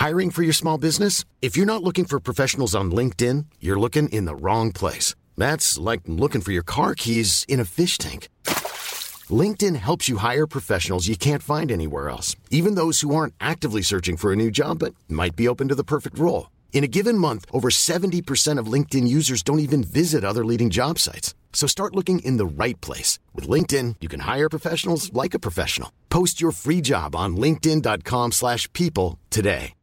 Hiring for your small business? If you're not looking for professionals on LinkedIn, you're looking in the wrong place. That's like looking for your car keys in a fish tank. LinkedIn helps you hire professionals you can't find anywhere else, even those who aren't actively searching for a new job but might be open to the perfect role. In a given month, over 70% of LinkedIn users don't even visit other leading job sites. So start looking in the right place. With LinkedIn, you can hire professionals like a professional. Post your free job on linkedin.com/people today.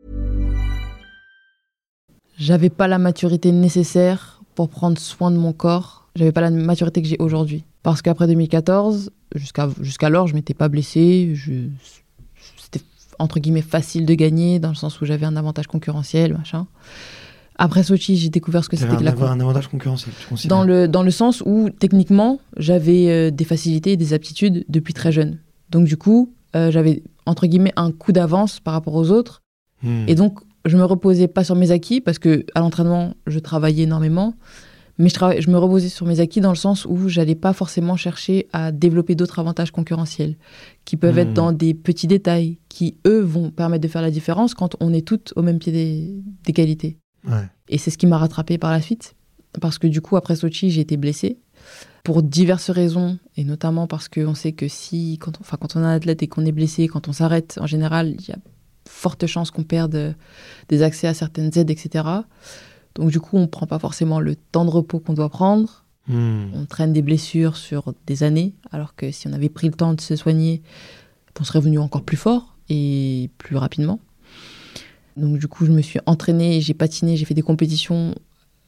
J'avais pas la maturité nécessaire pour prendre soin de mon corps. J'avais pas la maturité que j'ai aujourd'hui. Parce qu'après 2014, jusqu'alors, je m'étais pas blessée. C'était entre guillemets facile de gagner, dans le sens où j'avais un avantage concurrentiel, machin. Après Sochi, j'ai découvert ce que c'était que un avantage concurrentiel, tu considères? Dans le sens où, techniquement, j'avais des facilités et des aptitudes depuis très jeune. Donc du coup, j'avais, entre guillemets, un coup d'avance par rapport aux autres. Et donc, je me reposais pas sur mes acquis, parce qu'à l'entraînement, je travaillais énormément. Mais je me reposais sur mes acquis dans le sens où j'allais pas forcément chercher à développer d'autres avantages concurrentiels, qui peuvent être dans des petits détails, qui, eux, vont permettre de faire la différence quand on est toutes au même pied des qualités. Ouais. Et c'est ce qui m'a rattrapée par la suite. Parce que du coup, après Sochi, j'ai été blessée. Pour diverses raisons, et notamment parce qu'on sait que quand on est un athlète et qu'on est blessé, quand on s'arrête, en général, il y a forte chance qu'on perde des accès à certaines aides, etc. Donc du coup, on ne prend pas forcément le temps de repos qu'on doit prendre. On traîne des blessures sur des années, alors que si on avait pris le temps de se soigner, on serait venu encore plus fort et plus rapidement. Donc du coup, je me suis entraînée, j'ai patiné, j'ai fait des compétitions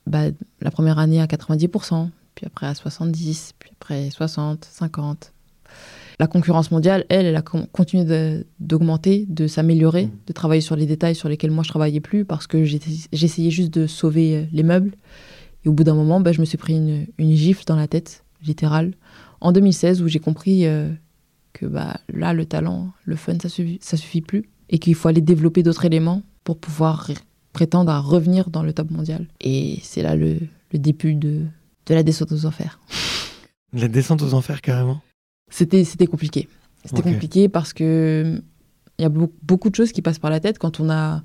la première année à 90%, puis après à 70%, puis après 60%, 50%. La concurrence mondiale, elle a continué d'augmenter, de s'améliorer, de travailler sur les détails sur lesquels moi je travaillais plus, parce que j'essayais juste de sauver les meubles. Et au bout d'un moment, je me suis pris une gifle dans la tête, littérale, en 2016, où j'ai compris que là, le talent, le fun, ça suffit plus, et qu'il faut aller développer d'autres éléments pour pouvoir prétendre à revenir dans le top mondial. Et c'est là le début de la descente aux enfers. La descente aux enfers, carrément? C'était compliqué. C'était compliqué parce que il y a beaucoup de choses qui passent par la tête quand on a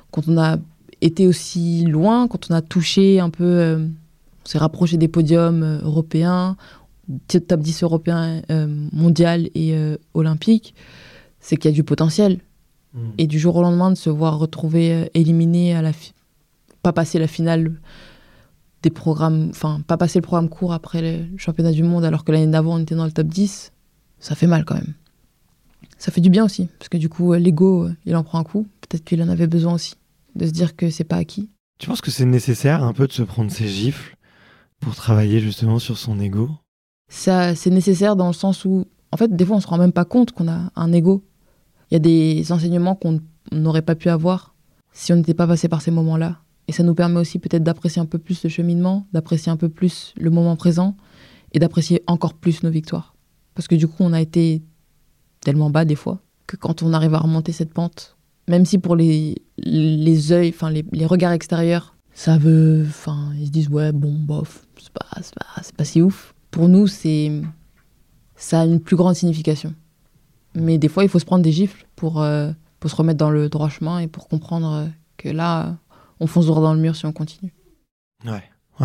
été aussi loin, quand on a touché un peu, on s'est rapproché des podiums européens, top 10 européen, mondial et olympique. C'est qu'il y a du potentiel. Et du jour au lendemain, de se voir retrouver éliminé pas passer la finale des programmes, pas passer le programme court après le championnat du monde, alors que l'année d'avant on était dans le top 10, ça fait mal quand même. Ça fait du bien aussi, parce que du coup l'ego il en prend un coup, peut-être qu'il en avait besoin aussi, de se dire que c'est pas acquis. Tu penses que c'est nécessaire un peu de se prendre ces gifles pour travailler justement sur son ego? Ça, c'est nécessaire dans le sens où, en fait, des fois on se rend même pas compte qu'on a un ego. Il y a des enseignements qu'on n'aurait pas pu avoir si on n'était pas passé par ces moments-là. Et ça nous permet aussi peut-être d'apprécier un peu plus le cheminement, d'apprécier un peu plus le moment présent et d'apprécier encore plus nos victoires. Parce que du coup, on a été tellement bas des fois que quand on arrive à remonter cette pente, même si pour les yeux, les regards extérieurs, ça veut... ils se disent, ouais, bon, bof, c'est pas si ouf. Pour nous, ça a une plus grande signification. Mais des fois, il faut se prendre des gifles pour se remettre dans le droit chemin et pour comprendre que là... on fonce droit dans le mur si on continue. Ouais.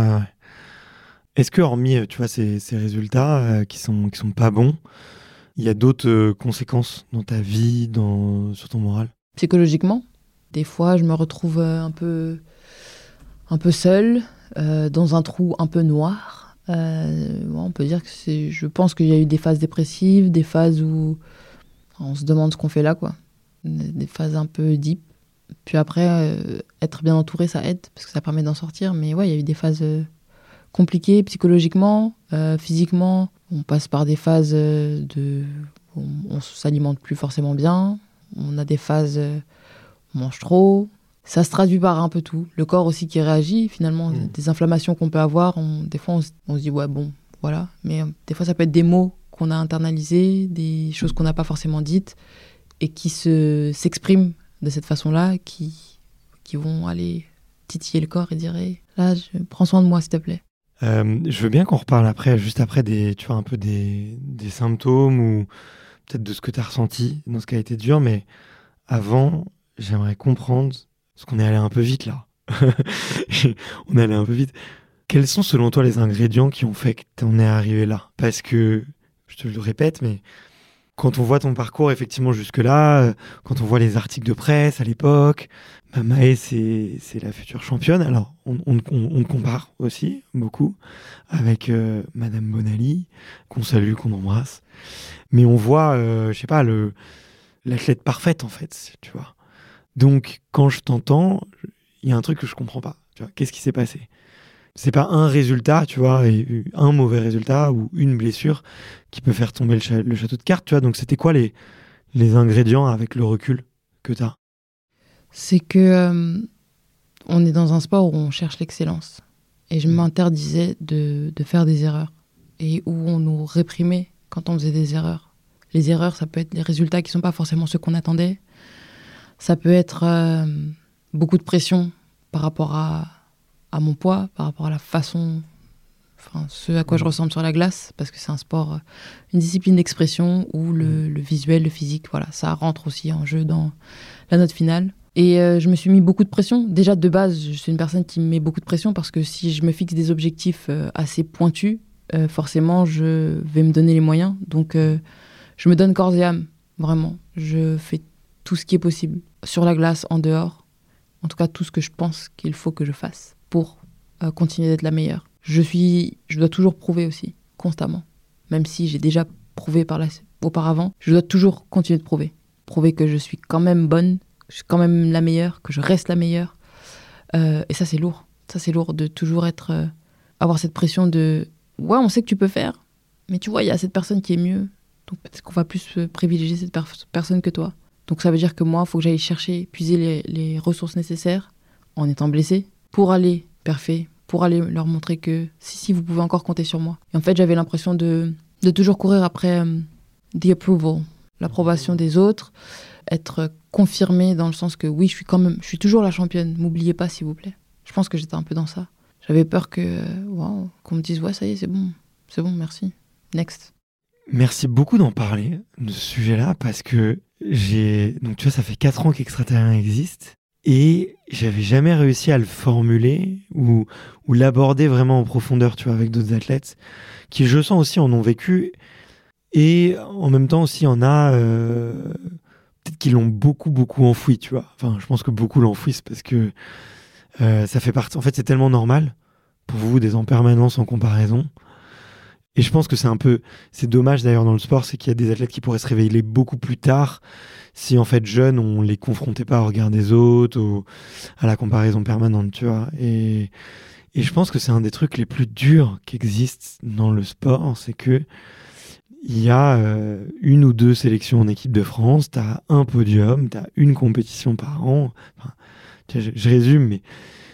Est-ce que, hormis, tu vois, ces résultats qui sont pas bons, il y a d'autres conséquences dans ta vie, sur ton moral? Psychologiquement, des fois, je me retrouve un peu seule, dans un trou un peu noir. On peut dire que je pense qu'il y a eu des phases dépressives, des phases où on se demande ce qu'on fait là, quoi. Des phases un peu deep. Puis après, être bien entouré, ça aide, parce que ça permet d'en sortir. Mais ouais, il y a eu des phases compliquées psychologiquement, physiquement. On passe par des phases on s'alimente plus forcément bien. On a des phases, on mange trop. Ça se traduit par un peu tout. Le corps aussi qui réagit, finalement, des inflammations qu'on peut avoir. Des fois, on se dit, ouais, bon, voilà. Mais des fois, ça peut être des mots qu'on a internalisés, des choses qu'on n'a pas forcément dites, et qui s'expriment de cette façon-là, qui vont aller titiller le corps et dire là, prends soin de moi, s'il te plaît. Je veux bien qu'on reparle juste après tu vois, un peu des symptômes ou peut-être de ce que tu as ressenti dans ce qui a été dur, mais avant, j'aimerais comprendre, parce qu'on est allé un peu vite là. On est allé un peu vite. Quels sont selon toi les ingrédients qui ont fait que t'en es arrivé là? Parce que, je te le répète, mais quand on voit ton parcours effectivement jusque-là, quand on voit les articles de presse à l'époque, Maë c'est la future championne. Alors on compare aussi beaucoup avec Madame Bonali, qu'on salue, qu'on embrasse. Mais on voit, je sais pas, l'athlète parfaite en fait, tu vois. Donc quand je t'entends, il y a un truc que je comprends pas. Tu vois, qu'est-ce qui s'est passé? C'est pas un résultat, tu vois, et un mauvais résultat ou une blessure qui peut faire tomber le château de cartes, tu vois. Donc, c'était quoi les ingrédients avec le recul que tu as? C'est que on est dans un sport où on cherche l'excellence. Et je m'interdisais de faire des erreurs. Et où on nous réprimait quand on faisait des erreurs. Les erreurs, ça peut être les résultats qui ne sont pas forcément ceux qu'on attendait. Ça peut être beaucoup de pression par rapport à mon poids, par rapport à la façon, ce à quoi je ressemble sur la glace, parce que c'est un sport, une discipline d'expression où le visuel, le physique, voilà, ça rentre aussi en jeu dans la note finale. Et je me suis mis beaucoup de pression. Déjà, de base, je suis une personne qui me met beaucoup de pression parce que si je me fixe des objectifs assez pointus, forcément, je vais me donner les moyens. Donc, je me donne corps et âme, vraiment. Je fais tout ce qui est possible, sur la glace, en dehors. En tout cas, tout ce que je pense qu'il faut que je fasse pour continuer d'être la meilleure. Je dois toujours prouver aussi, constamment. Même si j'ai déjà prouvé auparavant, je dois toujours continuer de prouver. Prouver que je suis quand même bonne, que je suis quand même la meilleure, que je reste la meilleure. Et ça, c'est lourd. Ça, c'est lourd de toujours avoir cette pression de « Ouais, on sait que tu peux faire, mais tu vois, il y a cette personne qui est mieux. Donc peut-être qu'on va plus privilégier cette personne que toi. » Donc ça veut dire que moi, il faut que j'aille chercher, puiser les ressources nécessaires en étant blessée pour aller parfait, pour aller leur montrer que si, vous pouvez encore compter sur moi. Et en fait, j'avais l'impression de toujours courir après the approval, l'approbation des autres, être confirmée dans le sens que oui, je suis toujours la championne, m'oubliez pas s'il vous plaît. Je pense que j'étais un peu dans ça. J'avais peur qu'on me dise ouais, ça y est, c'est bon, merci, next. Merci beaucoup d'en parler de ce sujet-là parce que donc tu vois, ça fait 4 ans qu'Extraterrien existe. Et j'avais jamais réussi à le formuler ou l'aborder vraiment en profondeur, tu vois, avec d'autres athlètes qui, je sens aussi, en ont vécu. Et en même temps aussi, en a peut-être qu'ils l'ont beaucoup, beaucoup enfoui, tu vois. Enfin, je pense que beaucoup l'enfouissent parce que ça fait partie... En fait, c'est tellement normal pour vous d'être en permanence en comparaison. Et je pense que c'est dommage d'ailleurs dans le sport, c'est qu'il y a des athlètes qui pourraient se réveiller beaucoup plus tard si en fait jeunes on les confrontait pas au regard des autres ou à la comparaison permanente, tu vois. Et je pense que c'est un des trucs les plus durs qui existent dans le sport, c'est que il y a 1 ou 2 sélections en équipe de France, t'as un podium, t'as une compétition par an. Enfin, je résume, mais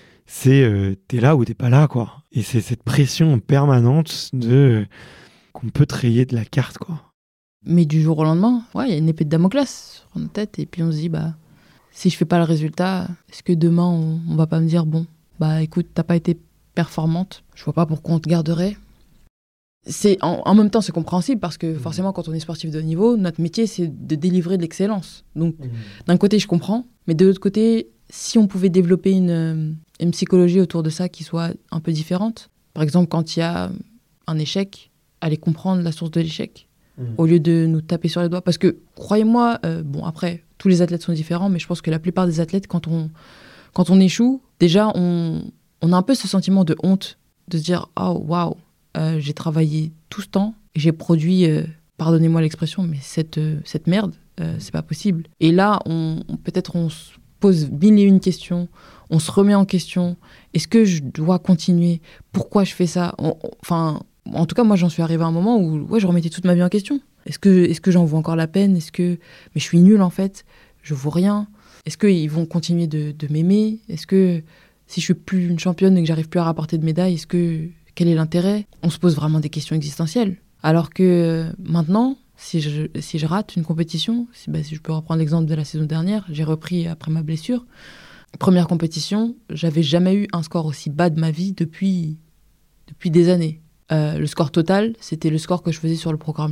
t'es là ou t'es pas là, quoi. Et c'est cette pression permanente qu'on peut te rayer de la carte, quoi. Mais du jour au lendemain, il y a une épée de Damoclès sur notre tête et puis on se dit si je fais pas le résultat, est-ce que demain on va pas me dire écoute, t'as pas été performante, je vois pas pourquoi on te garderait. C'est en même temps c'est compréhensible parce que forcément quand on est sportif de haut niveau, notre métier c'est de délivrer de l'excellence. Donc d'un côté je comprends, mais de l'autre côté si on pouvait développer une psychologie autour de ça qui soit un peu différente. Par exemple, quand il y a un échec, aller comprendre la source de l'échec, au lieu de nous taper sur les doigts. Parce que, croyez-moi, après, tous les athlètes sont différents, mais je pense que la plupart des athlètes, quand on échoue, déjà, on a un peu ce sentiment de honte, de se dire « Oh, waouh, j'ai travaillé tout ce temps, et j'ai produit, pardonnez-moi l'expression, mais cette merde, c'est pas possible. » Et là, peut-être on se pose 1001 questions, on se remet en question. Est-ce que je dois continuer? Pourquoi je fais ça? En tout cas, moi, j'en suis arrivée à un moment où je remettais toute ma vie en question. Est-ce que j'en vaux encore la peine? Mais je suis nulle, en fait. Je vaux rien. Est-ce qu'ils vont continuer de m'aimer? Est-ce que si je suis plus une championne et que j'arrive plus à rapporter de médailles, quel est l'intérêt? On se pose vraiment des questions existentielles. Alors que maintenant, si je rate une compétition, si je peux reprendre l'exemple de la saison dernière, j'ai repris après ma blessure. Première compétition, j'avais jamais eu un score aussi bas de ma vie depuis des années. Le score total, c'était le score que je faisais sur le programme long.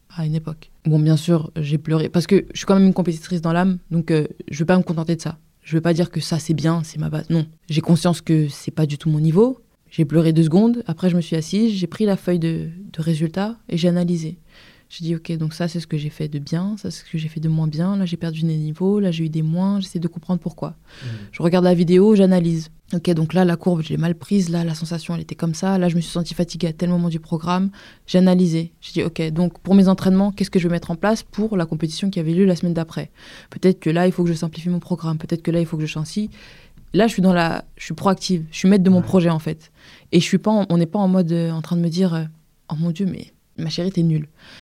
à une époque. Bon, bien sûr, j'ai pleuré parce que je suis quand même une compétitrice dans l'âme, donc je vais pas me contenter de ça. Je vais pas dire que ça c'est bien, c'est ma base. Non, j'ai conscience que c'est pas du tout mon niveau. J'ai pleuré 2 secondes, après je me suis assise, j'ai pris la feuille de résultats et j'ai analysé. J'ai dit, ok, donc ça, c'est ce que j'ai fait de bien, ça, c'est ce que j'ai fait de moins bien. Là, j'ai perdu des niveaux, là, j'ai eu des moins, j'essaie de comprendre pourquoi. Je regarde la vidéo, j'analyse. Ok, donc là, la courbe, je l'ai mal prise, là, la sensation, elle était comme ça. Là, je me suis sentie fatiguée à tel moment du programme. J'ai analysé. J'ai dit, ok, donc pour mes entraînements, qu'est-ce que je vais mettre en place pour la compétition qui avait lieu la semaine d'après? Peut-être que là, il faut que je simplifie mon programme. Peut-être que là, il faut que je change ci. Là, je suis proactive. Je suis maître de mon projet, en fait. Et on n'est pas en mode en train de me dire, oh mon Dieu, mais ma chérie, t'es nulle.